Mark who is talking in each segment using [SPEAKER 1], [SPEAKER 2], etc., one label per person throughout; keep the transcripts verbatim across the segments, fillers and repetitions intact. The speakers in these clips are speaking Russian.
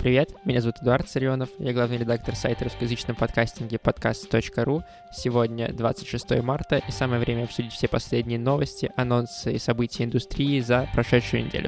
[SPEAKER 1] привет, меня зовут Эдуард Царионов, я главный редактор сайта русскоязычном подкастинге подкаст точка ру. Сегодня двадцать шестое марта, и самое время обсудить все последние новости, анонсы и события индустрии за прошедшую неделю.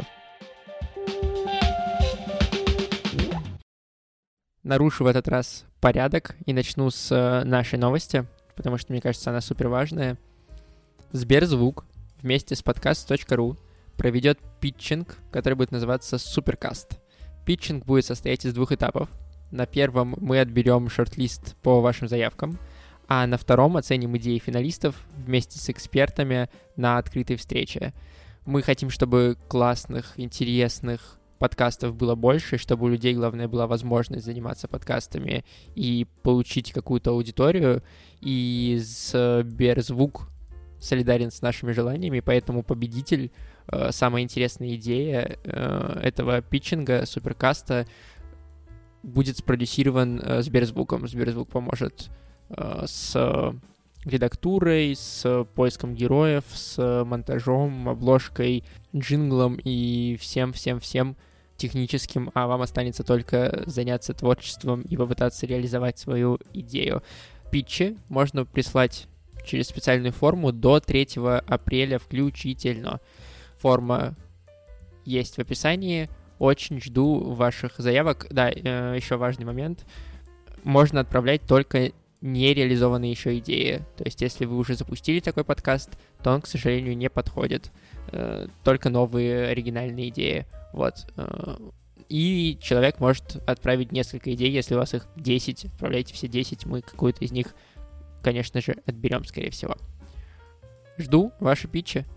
[SPEAKER 1] Нарушу в этот раз порядок и начну с нашей новости, потому что, мне кажется, она супер важная. Сберзвук вместе с подкаст точка ру проведет питчинг, который будет называться Суперкаст. Питчинг будет состоять из двух этапов. На первом мы отберем шорт-лист по вашим заявкам, а на втором оценим идеи финалистов вместе с экспертами на открытой встрече. Мы хотим, чтобы классных, интересных подкастов было больше, чтобы у людей, главное, была возможность заниматься подкастами и получить какую-то аудиторию. И Сберзвук солидарен с нашими желаниями, поэтому победитель, э, самая интересная идея э, этого питчинга, суперкаста, будет спродюсирован э, Сберзвуком. Сберзвук поможет э, с редактурой, с поиском героев, с монтажом, обложкой, джинглом и всем-всем-всем техническим, а вам останется только заняться творчеством и попытаться реализовать свою идею. Питчи можно прислать через специальную форму до третьего апреля включительно. Форма есть в описании. Очень жду ваших заявок. Да, э, еще важный момент. Можно отправлять только нереализованные еще идеи. То есть, если вы уже запустили такой подкаст, то он, к сожалению, не подходит. Э, только новые оригинальные идеи. Вот. Э, и человек может отправить несколько идей. Если у вас их десять, отправляйте все десять. Мы какую-то из них, конечно же, отберем, скорее всего. Жду ваши питчи.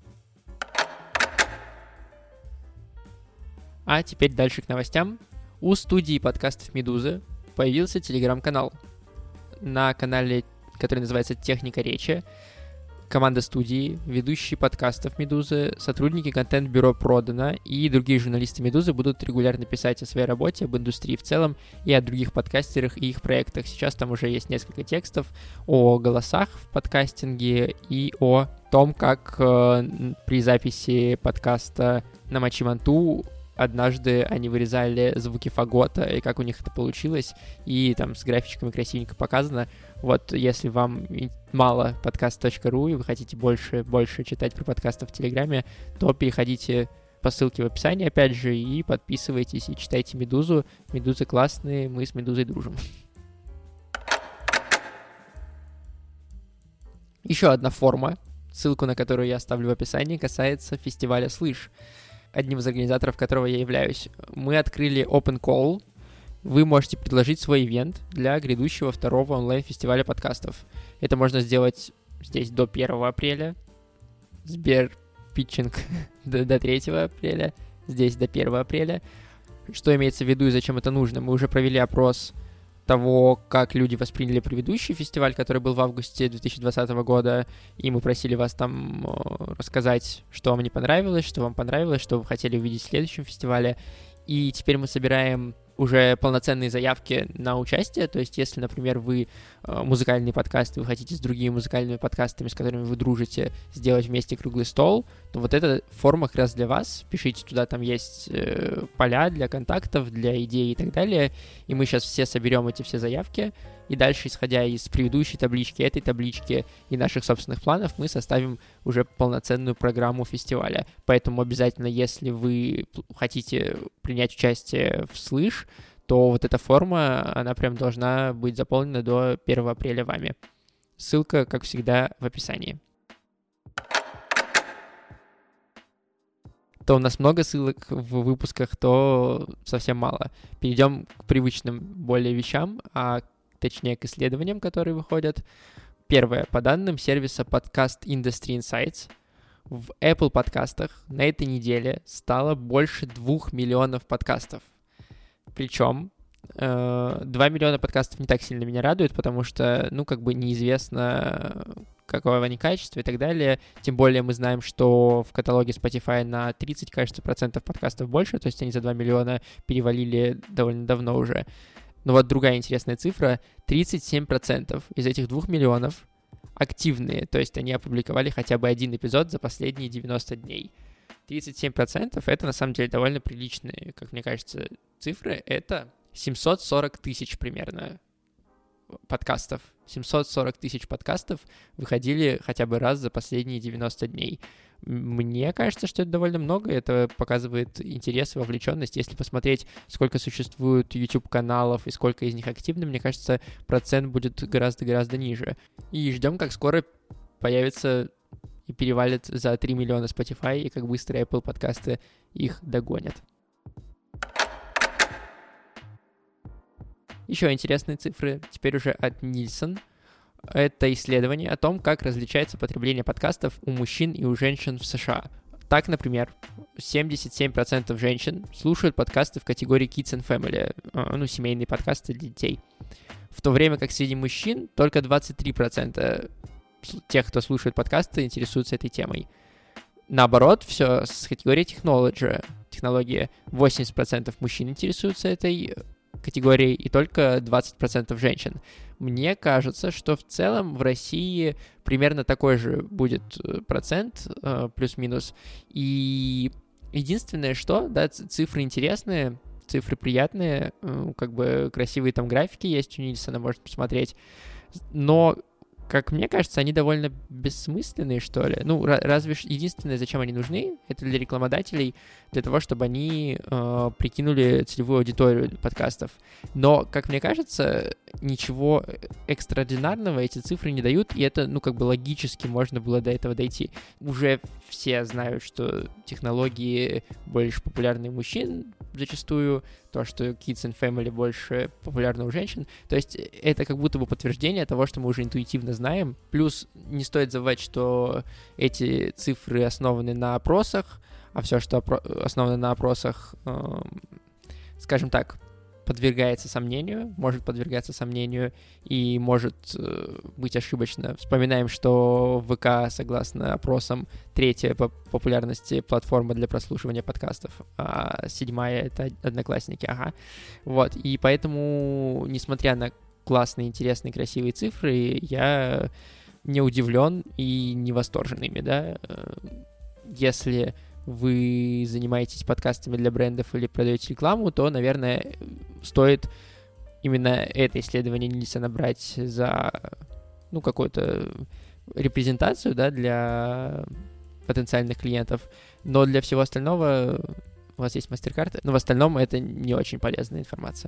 [SPEAKER 1] А теперь дальше к новостям. У студии подкастов «Медузы» появился телеграм-канал. На канале, который называется «Техника речи», команда студии, ведущие подкастов «Медузы», сотрудники контент-бюро «Продано» и другие журналисты «Медузы» будут регулярно писать о своей работе, об индустрии в целом и о других подкастерах и их проектах. Сейчас там уже есть несколько текстов о голосах в подкастинге и о том, как э, при записи подкаста на Мочи Манту однажды они вырезали звуки фагота, и как у них это получилось, и там с графичками красивенько показано. Вот, если вам мало подкаст точка ру, и вы хотите больше, больше читать про подкасты в Телеграме, то переходите по ссылке в описании, опять же, и подписывайтесь, и читайте «Медузу». «Медузы» классные, мы с «Медузой» дружим. Еще одна форма, ссылку на которую я оставлю в описании, касается фестиваля «Слышь», одним из организаторов которого я являюсь. Мы открыли Open Call. Вы можете предложить свой ивент для грядущего второго онлайн-фестиваля подкастов. Это можно сделать здесь до первого апреля. Сберпитчинг до, до третьего апреля. Здесь до первого апреля. Что имеется в виду и зачем это нужно? Мы уже провели опрос того, как люди восприняли предыдущий фестиваль, который был в августе две тысячи двадцатого года, и мы просили вас там рассказать, что вам не понравилось, что вам понравилось, что вы хотели увидеть в следующем фестивале. И теперь мы собираем уже полноценные заявки на участие, то есть если, например, вы э, музыкальный подкаст, и вы хотите с другими музыкальными подкастами, с которыми вы дружите, сделать вместе круглый стол, то вот эта форма как раз для вас. Пишите туда, там есть э, поля для контактов, для идей и так далее, и мы сейчас все соберем эти все заявки, и дальше, исходя из предыдущей таблички, этой таблички и наших собственных планов, мы составим уже полноценную программу фестиваля. Поэтому обязательно, если вы хотите принять участие в «Слышь», то вот эта форма, она прям должна быть заполнена до первого апреля вами. Ссылка, как всегда, в описании. То у нас много ссылок в выпусках, то совсем мало. Перейдем к привычным более вещам, а точнее к исследованиям, которые выходят. Первое. По данным сервиса Podcast Industry Insights, в Apple подкастах на этой неделе стало больше двух миллионов подкастов. Причем э, два миллиона подкастов не так сильно меня радует, потому что, ну, как бы неизвестно, какого они качества и так далее. Тем более мы знаем, что в каталоге Spotify на тридцать, кажется, процентов подкастов больше, то есть они за два миллиона перевалили довольно давно уже. Но вот другая интересная цифра, тридцать семь процентов из этих двух миллионов активные, то есть они опубликовали хотя бы один эпизод за последние девяносто дней. тридцать семь процентов это на самом деле довольно приличные, как мне кажется, цифры. Это семьсот сорок тысяч примерно подкастов. семьсот сорок тысяч подкастов выходили хотя бы раз за последние девяносто дней. Мне кажется, что это довольно много, это показывает интерес и вовлеченность. Если посмотреть, сколько существует YouTube-каналов и сколько из них активны, мне кажется, процент будет гораздо-гораздо ниже. И ждем, как скоро появится и перевалит за три миллиона Spotify, и как быстро Apple подкасты их догонят. Еще интересные цифры, теперь уже от Nielsen. Это исследование о том, как различается потребление подкастов у мужчин и у женщин в США. Так, например, семьдесят семь процентов женщин слушают подкасты в категории Kids and Family, ну, семейные подкасты для детей. В то время как среди мужчин только двадцать три процента тех, кто слушает подкасты, интересуются этой темой. Наоборот, все с категории Technology. Технологии восемьдесят процентов мужчин интересуются этой категорией и только двадцать процентов женщин. Мне кажется, что в целом в России примерно такой же будет процент, плюс-минус. И единственное, что, да, цифры интересные, цифры приятные, как бы красивые там графики есть у Нильсона, можно посмотреть. Но, как мне кажется, они довольно бессмысленные, что ли. Ну, разве что единственное, зачем они нужны, это для рекламодателей, для того, чтобы они э, прикинули целевую аудиторию подкастов. Но, как мне кажется, ничего экстраординарного эти цифры не дают, и это, ну, как бы логически можно было до этого дойти. Уже все знают, что технологии больше популярны у мужчин зачастую, то, что Kids and Family больше популярны у женщин. То есть это как будто бы подтверждение того, что мы уже интуитивно знаем. Плюс не стоит забывать, что эти цифры основаны на опросах, а все, что опро- основано на опросах, э, скажем так, подвергается сомнению, может подвергаться сомнению и может э, быть ошибочно. Вспоминаем, что ВК, согласно опросам, третья по популярности платформа для прослушивания подкастов, а седьмая — это Одноклассники, ага. Вот, и поэтому, несмотря на классные, интересные, красивые цифры, я не удивлен и не восторжен ими, да. Если вы занимаетесь подкастами для брендов или продаете рекламу, то, наверное, стоит именно это исследование Нильсона брать за, ну, какую-то репрезентацию, да, для потенциальных клиентов. Но для всего остального у вас есть MasterCard, но в остальном это не очень полезная информация.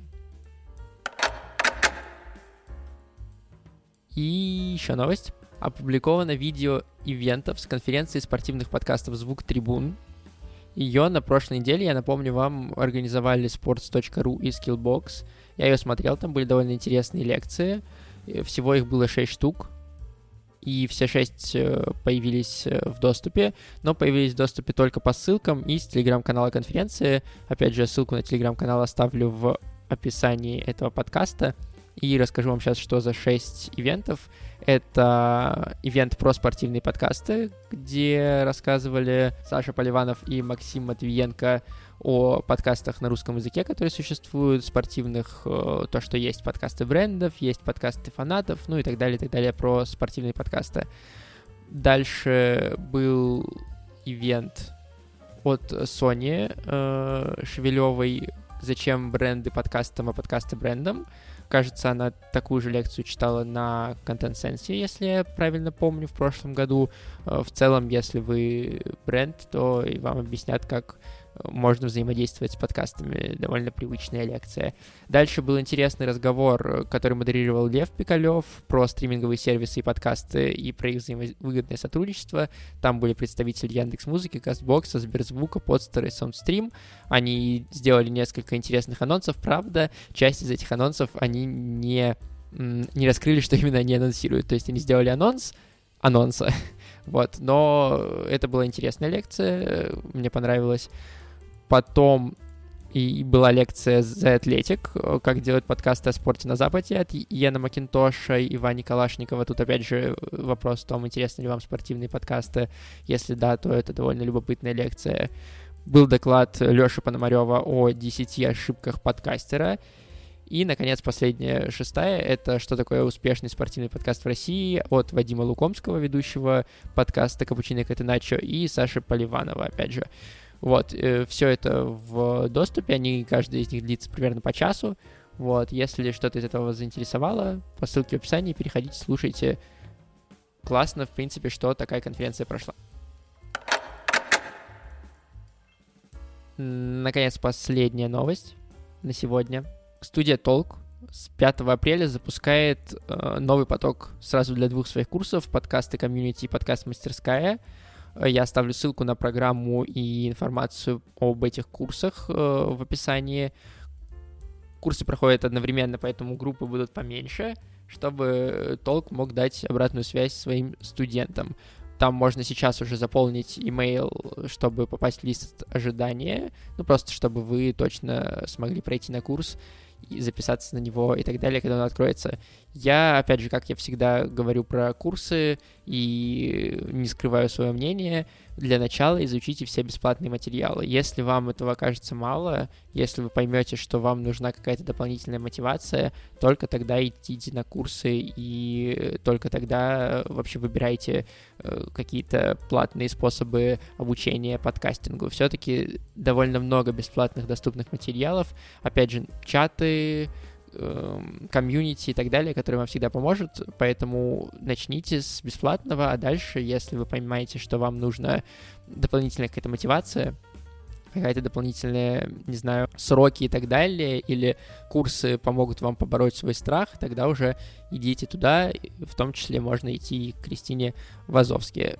[SPEAKER 1] И еще новость. Опубликовано видео ивентов с конференции спортивных подкастов «Звук Трибун». Ее на прошлой неделе, я напомню вам, организовали sports точка ru и Skillbox. Я ее смотрел, там были довольно интересные лекции. Всего их было шесть штук. И все шесть появились в доступе, но появились в доступе только по ссылкам из телеграм-канала конференции. Опять же, ссылку на телеграм-канал оставлю в описании этого подкаста. И расскажу вам сейчас, что за шесть ивентов. Это ивент про спортивные подкасты, где рассказывали Саша Поливанов и Максим Матвиенко о подкастах на русском языке, которые существуют, спортивных, то, что есть подкасты брендов, есть подкасты фанатов, ну и так далее, и так далее, про спортивные подкасты. Дальше был ивент от Сони э, Шевелевой «Зачем бренды подкастам, а подкасты брендам?». Кажется, она такую же лекцию читала на Content Sense, если я правильно помню, в прошлом году. В целом, если вы бренд, то и вам объяснят, как можно взаимодействовать с подкастами. Довольно привычная лекция. Дальше был интересный разговор, который модерировал Лев Пикалев, про стриминговые сервисы и подкасты и про их взаимовыгодное сотрудничество. Там были представители Яндекс.Музыки, Кастбокса, Сберзвука, Podster и Soundstream. Они сделали несколько интересных анонсов. Правда, часть из этих анонсов они не, не раскрыли, что именно они анонсируют. То есть они сделали анонс анонса. Вот. Но это была интересная лекция, мне понравилось. Потом и была лекция The Athletic, как делать подкасты о спорте на Западе от Иена Макинтоша и Вани Калашникова. Тут опять же вопрос в том, интересны ли вам спортивные подкасты. Если да, то это довольно любопытная лекция. Был доклад Лёши Пономарёва о десяти ошибках подкастера. И, наконец, последняя, шестая, это «Что такое успешный спортивный подкаст в России» от Вадима Лукомского, ведущего подкаста «Капучино и Иначо», и Саши Поливанова, опять же. Вот, э, все это в доступе, они, каждый из них длится примерно по часу. Вот, если что-то из этого вас заинтересовало, по ссылке в описании переходите, слушайте. Классно, в принципе, что такая конференция прошла. Наконец, последняя новость на сегодня. Студия Толк с пятого апреля запускает э, новый поток сразу для двух своих курсов: подкасты комьюнити и подкаст мастерская. Я оставлю ссылку на программу и информацию об этих курсах э, в описании. Курсы проходят одновременно, поэтому группы будут поменьше, чтобы Толк мог дать обратную связь своим студентам. Там можно сейчас уже заполнить имейл, чтобы попасть в лист ожидания, ну просто чтобы вы точно смогли пройти на курс и записаться на него и так далее, когда он откроется. Я, опять же, как я всегда говорю про курсы и не скрываю свое мнение, для начала изучите все бесплатные материалы. Если вам этого кажется мало, если вы поймете, что вам нужна какая-то дополнительная мотивация, только тогда идите на курсы и только тогда вообще выбирайте какие-то платные способы обучения подкастингу. Все-таки довольно много бесплатных доступных материалов. Опять же, чаты, комьюнити и так далее, которые вам всегда поможет, поэтому начните с бесплатного, а дальше, если вы понимаете, что вам нужна дополнительная какая-то мотивация, какая-то дополнительная, не знаю, сроки и так далее, или курсы помогут вам побороть свой страх, тогда уже идите туда, в том числе можно идти к Кристине Вазовски.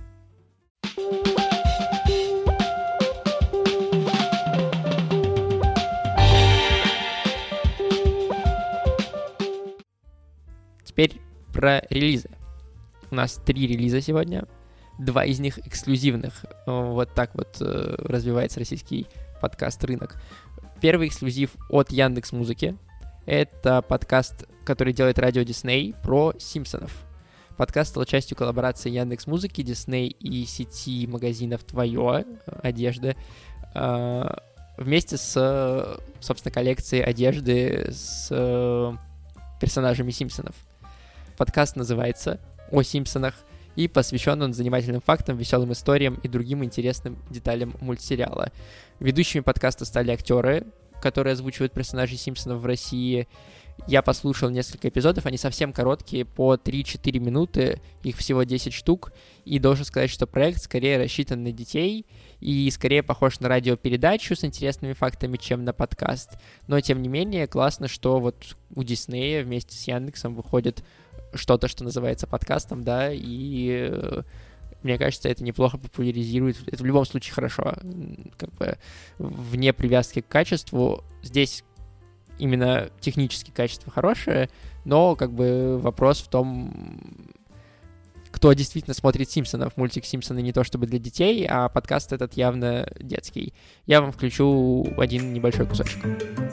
[SPEAKER 1] Теперь про релизы. У нас три релиза сегодня. Два из них эксклюзивных. Вот так вот развивается российский подкаст-рынок. Первый эксклюзив от Яндекс.Музыки. Это подкаст, который делает радио Дисней, про Симпсонов. Подкаст стал частью коллаборации Яндекс.Музыки, Дисней и сети магазинов «Твое», одежды, вместе с, собственно, коллекцией одежды с персонажами Симпсонов. Подкаст называется «О Симпсонах», и посвящен он занимательным фактам, веселым историям и другим интересным деталям мультсериала. Ведущими подкаста стали актеры, которые озвучивают персонажей Симпсонов в России. Я послушал несколько эпизодов, они совсем короткие, по три-четыре минуты, их всего десять штук, и должен сказать, что проект скорее рассчитан на детей и скорее похож на радиопередачу с интересными фактами, чем на подкаст. Но, тем не менее, классно, что вот у Диснея вместе с Яндексом выходит что-то, что называется подкастом, да, и э, мне кажется, это неплохо популяризирует. Это в любом случае хорошо, как бы вне привязки к качеству. Здесь именно технически качество хорошее, но как бы вопрос в том, кто действительно смотрит Симпсонов. Мультик «Симпсоны» не то чтобы для детей, а подкаст этот явно детский. Я вам включу один небольшой кусочек.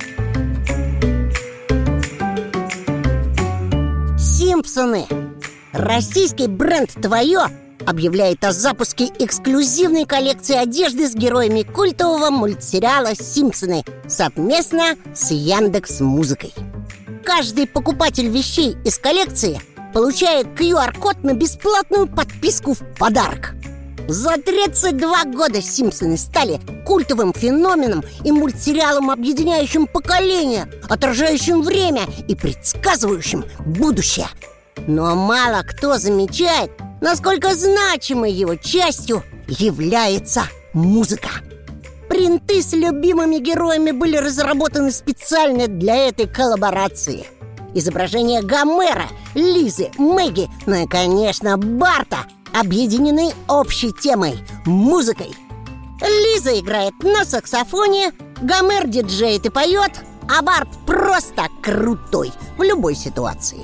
[SPEAKER 2] Симпсоны. Российский бренд «Твое» объявляет о запуске эксклюзивной коллекции одежды с героями культового мультсериала «Симпсоны» совместно с Яндекс.Музыкой. Каждый покупатель вещей из коллекции получает ку ар-код на бесплатную подписку в подарок. За тридцать два года «Симпсоны» стали культовым феноменом и мультсериалом, объединяющим поколения, отражающим время и предсказывающим будущее. Но мало кто замечает, насколько значимой его частью является музыка. Принты с любимыми героями были разработаны специально для этой коллаборации. Изображения Гомера, Лизы, Мэгги, ну и, конечно, Барта объединены общей темой – музыкой. Лиза играет на саксофоне, Гомер диджеет и поет, а Барт просто крутой в любой ситуации.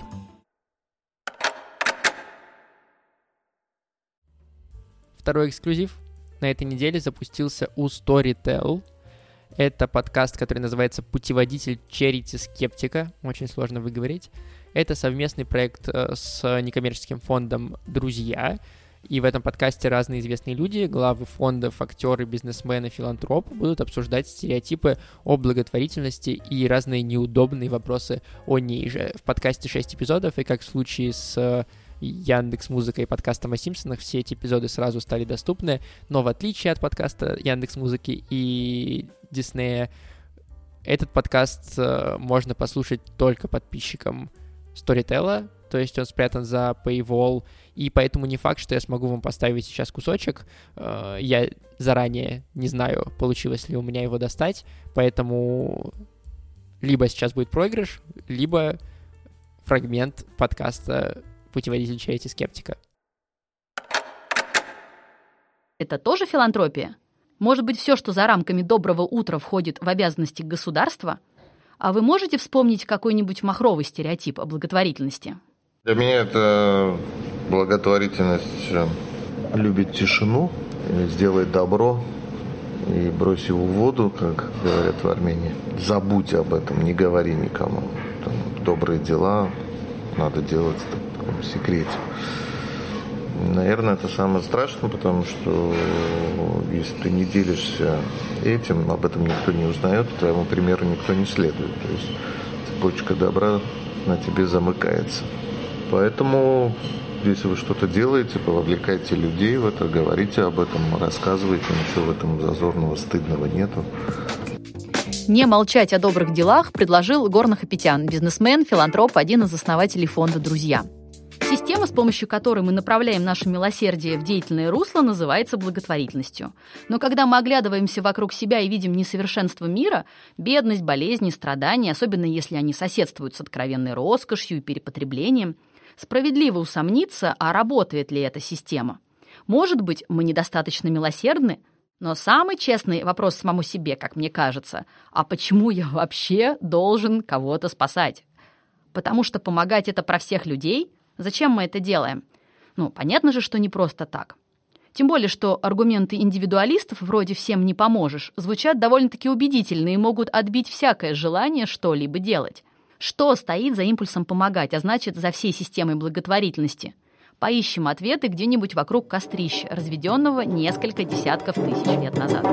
[SPEAKER 1] Второй эксклюзив на этой неделе запустился у Storytel. Это подкаст, который называется «Путеводитель черити-скептика». Очень сложно выговорить. Это совместный проект с некоммерческим фондом «Друзья». И в этом подкасте разные известные люди, главы фондов, актеры, бизнесмены, филантропы будут обсуждать стереотипы о благотворительности и разные неудобные вопросы о ней же. В подкасте шесть эпизодов, и как в случае с Яндекс.Музыкой и подкастом о Симпсонах, все эти эпизоды сразу стали доступны, но в отличие от подкаста Яндекс.Музыки и Диснея, этот подкаст можно послушать только подписчикам Storytel, то есть он спрятан за Paywall, и поэтому не факт, что я смогу вам поставить сейчас кусочек. Я заранее не знаю, получилось ли у меня его достать, поэтому либо сейчас будет проигрыш, либо фрагмент подкаста «Путеводитель Чарити-скептика».
[SPEAKER 3] Это тоже филантропия? Может быть, все, что за рамками доброго утра входит в обязанности государства? А вы можете вспомнить какой-нибудь махровый стереотип о благотворительности?
[SPEAKER 4] Для меня это благотворительность любит тишину, сделай добро и брось его в воду, как говорят в Армении. Забудь об этом, не говори никому. Там, добрые дела надо делать в таком секрете. Наверное, это самое страшное, потому что если ты не делишься этим, об этом никто не узнает, твоему примеру никто не следует. То есть цепочка добра на тебе замыкается. Поэтому, если вы что-то делаете, вовлекайте людей в это, говорите об этом, рассказывайте, ничего в этом зазорного, стыдного нету.
[SPEAKER 3] Не молчать о добрых делах предложил Гор Нахапетян, бизнесмен, филантроп, один из основателей фонда «Друзья». Система, с помощью которой мы направляем наше милосердие в деятельное русло, называется благотворительностью. Но когда мы оглядываемся вокруг себя и видим несовершенство мира, бедность, болезни, страдания, особенно если они соседствуют с откровенной роскошью и перепотреблением, справедливо усомниться, а работает ли эта система. Может быть, мы недостаточно милосердны, но самый честный вопрос самому себе, как мне кажется, а почему я вообще должен кого-то спасать? Потому что помогать это про всех людей. Зачем мы это делаем? Ну, понятно же, что не просто так. Тем более, что аргументы индивидуалистов вроде «всем не поможешь» звучат довольно-таки убедительно и могут отбить всякое желание что-либо делать. Что стоит за импульсом помогать, а значит, за всей системой благотворительности? Поищем ответы где-нибудь вокруг кострища, разведенного несколько десятков тысяч лет назад.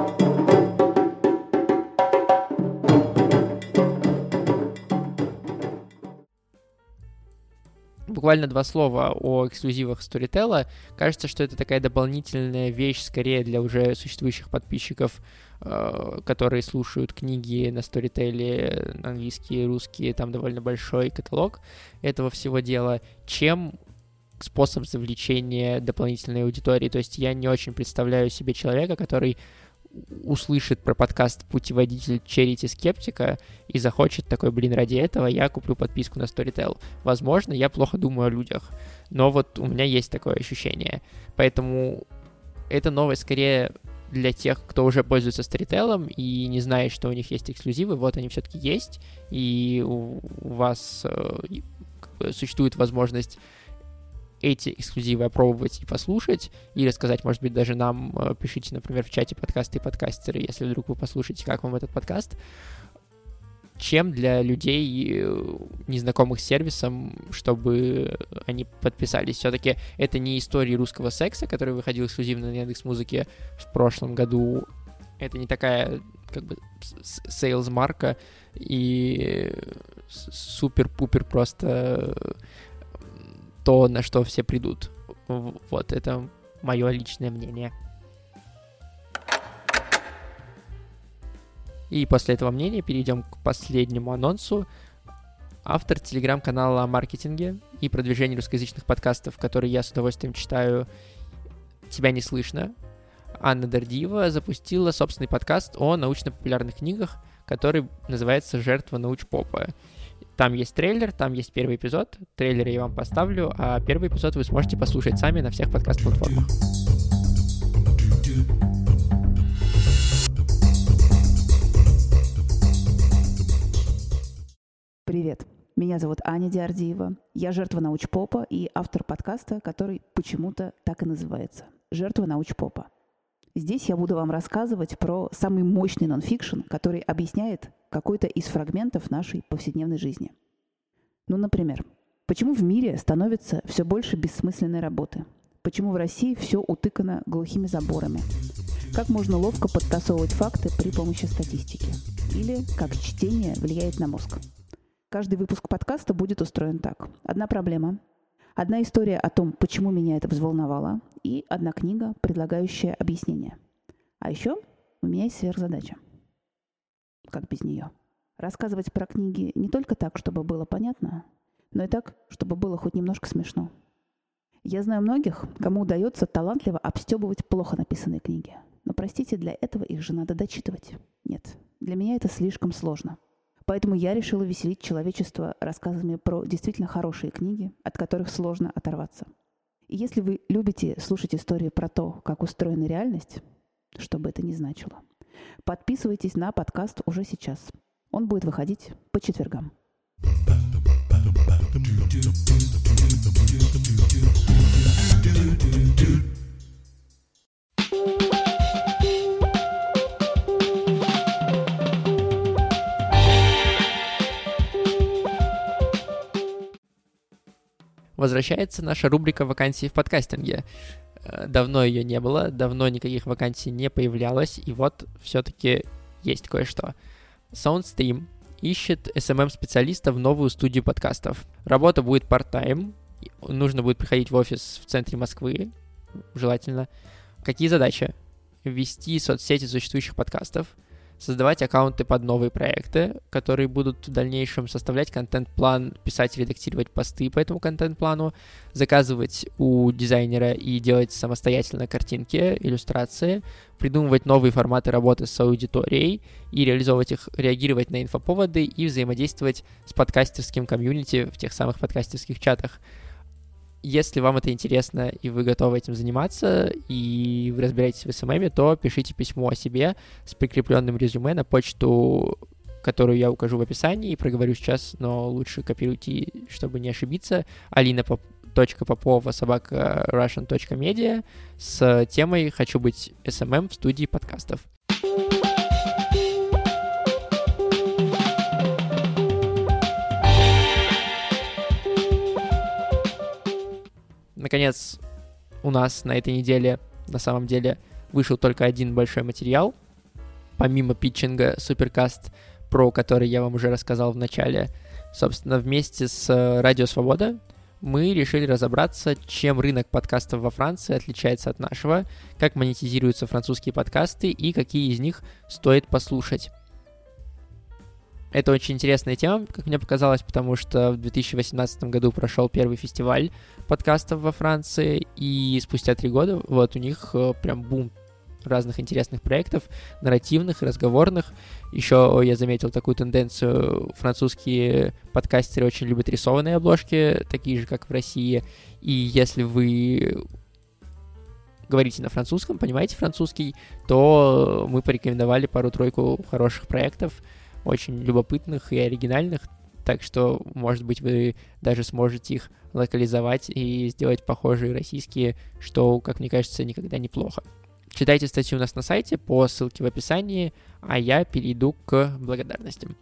[SPEAKER 1] Буквально два слова о эксклюзивах Storytel. Кажется, что это такая дополнительная вещь скорее для уже существующих подписчиков, э, которые слушают книги на Storytel, английские, русские, там довольно большой каталог этого всего дела, чем способ завлечения дополнительной аудитории. То есть я не очень представляю себе человека, который услышит про подкаст «Путеводитель Чарити-скептика» и захочет такой, блин, ради этого я куплю подписку на Storytel. Возможно, я плохо думаю о людях, но вот у меня есть такое ощущение. Поэтому эта новость скорее для тех, кто уже пользуется Storytel и не знает, что у них есть эксклюзивы. Вот они все-таки есть, и у вас э, существует возможность эти эксклюзивы опробовать и послушать, и рассказать, может быть, даже нам, пишите, например, в чате подкасты и подкастеры, если вдруг вы послушаете, как вам этот подкаст, чем для людей, незнакомых с сервисом, чтобы они подписались. Все-таки это не истории русского секса, который выходил эксклюзивно на Яндекс.Музыке в прошлом году. Это не такая, как бы, сейлз-марка и супер-пупер просто то, на что все придут. Вот, это мое личное мнение. И после этого мнения перейдем к последнему анонсу. Автор телеграм-канала о маркетинге и продвижении русскоязычных подкастов, который я с удовольствием читаю, «Тебя не слышно», Анна Дардиева запустила собственный подкаст о научно-популярных книгах, который называется «Жертва научпопа». Там есть трейлер, там есть первый эпизод. Трейлер я вам поставлю, а первый эпизод вы сможете послушать сами на всех подкаст-платформах.
[SPEAKER 5] Привет, меня зовут Аня Диардиева. Я жертва научпопа и автор подкаста, который почему-то так и называется «Жертва научпопа». Здесь я буду вам рассказывать про самый мощный нонфикшн, который объясняет какой-то из фрагментов нашей повседневной жизни. Ну, например, почему в мире становится все больше бессмысленной работы? Почему в России все утыкано глухими заборами? Как можно ловко подтасовывать факты при помощи статистики? Или как чтение влияет на мозг? Каждый выпуск подкаста будет устроен так. Одна проблема, одна история о том, почему меня это взволновало, и одна книга, предлагающая объяснение. А еще у меня есть сверхзадача. Как без нее? Рассказывать про книги не только так, чтобы было понятно, но и так, чтобы было хоть немножко смешно. Я знаю многих, кому удается талантливо обстебывать плохо написанные книги. Но, простите, для этого их же надо дочитывать. Нет, для меня это слишком сложно. Поэтому я решила веселить человечество рассказами про действительно хорошие книги, от которых сложно оторваться. И если вы любите слушать истории про то, как устроена реальность, что бы это ни значило, подписывайтесь на подкаст уже сейчас. Он будет выходить по четвергам.
[SPEAKER 1] Возвращается наша рубрика «Вакансии в подкастинге». Давно ее не было, давно никаких вакансий не появлялось, и вот все-таки есть кое-что. SoundStream ищет эс эм эм-специалиста в новую студию подкастов. Работа будет part-time, нужно будет приходить в офис в центре Москвы, желательно. Какие задачи? Вести соцсети существующих подкастов, создавать аккаунты под новые проекты, которые будут в дальнейшем составлять контент-план, писать и редактировать посты по этому контент-плану, заказывать у дизайнера и делать самостоятельно картинки, иллюстрации, придумывать новые форматы работы с аудиторией и реализовывать их, реагировать на инфоповоды и взаимодействовать с подкастерским комьюнити в тех самых подкастерских чатах. Если вам это интересно и вы готовы этим заниматься, и вы разбираетесь в эс эм эм, то пишите письмо о себе с прикрепленным резюме на почту, которую я укажу в описании, и проговорю сейчас, но лучше копируйте, чтобы не ошибиться. Алина точка попова собака russian точка media с темой «Хочу быть эс эм эм в студии подкастов». Наконец, у нас на этой неделе, на самом деле, вышел только один большой материал, помимо питчинга Суперкаст, про который я вам уже рассказал в начале. Собственно, вместе с Радио Свобода мы решили разобраться, чем рынок подкастов во Франции отличается от нашего, как монетизируются французские подкасты и какие из них стоит послушать. Это очень интересная тема, как мне показалось, потому что в две тысячи восемнадцатом году прошел первый фестиваль подкастов во Франции, и спустя три года вот у них прям бум разных интересных проектов, нарративных, разговорных. Еще я заметил такую тенденцию: французские подкастеры очень любят рисованные обложки, такие же, как в России, и если вы говорите на французском, понимаете французский, то мы порекомендовали пару-тройку хороших проектов, очень любопытных и оригинальных, так что, может быть, вы даже сможете их локализовать и сделать похожие российские, что, как мне кажется, никогда не плохо. Читайте статью у нас на сайте по ссылке в описании, а я перейду к благодарностям.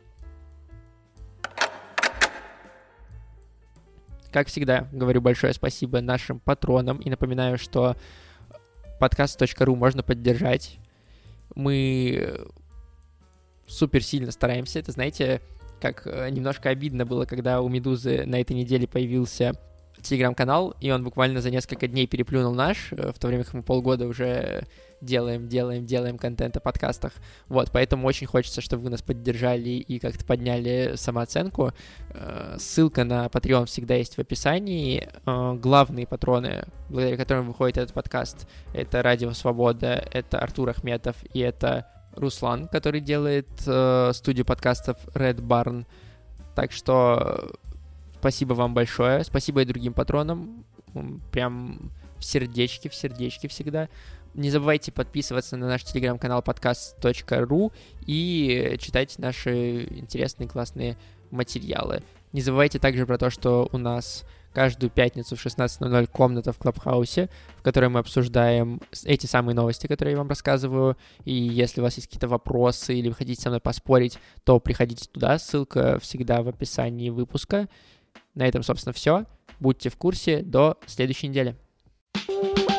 [SPEAKER 1] Как всегда, говорю большое спасибо нашим патронам и напоминаю, что подкаст точка ру можно поддержать. Мы супер сильно стараемся. Это, знаете, как немножко обидно было, когда у Медузы на этой неделе появился телеграм-канал, и он буквально за несколько дней переплюнул наш, в то время как мы полгода уже делаем, делаем, делаем контент о подкастах. Вот, поэтому очень хочется, чтобы вы нас поддержали и как-то подняли самооценку. Ссылка на Patreon всегда есть в описании. Главные патроны, благодаря которым выходит этот подкаст, это Радио Свобода, это Артур Ахметов и это Руслан, который делает э, студию подкастов Red Barn. Так что спасибо вам большое. Спасибо и другим патронам. Прям в сердечке, в сердечке всегда. Не забывайте подписываться на наш телеграм-канал подкаст точка ру и читать наши интересные, классные материалы. Не забывайте также про то, что у нас каждую пятницу в шестнадцать ноль ноль комната в Клабхаусе, в которой мы обсуждаем эти самые новости, которые я вам рассказываю. И если у вас есть какие-то вопросы или вы хотите со мной поспорить, то приходите туда. Ссылка всегда в описании выпуска. На этом, собственно, все. Будьте в курсе. До следующей недели.
[SPEAKER 3] Thank you.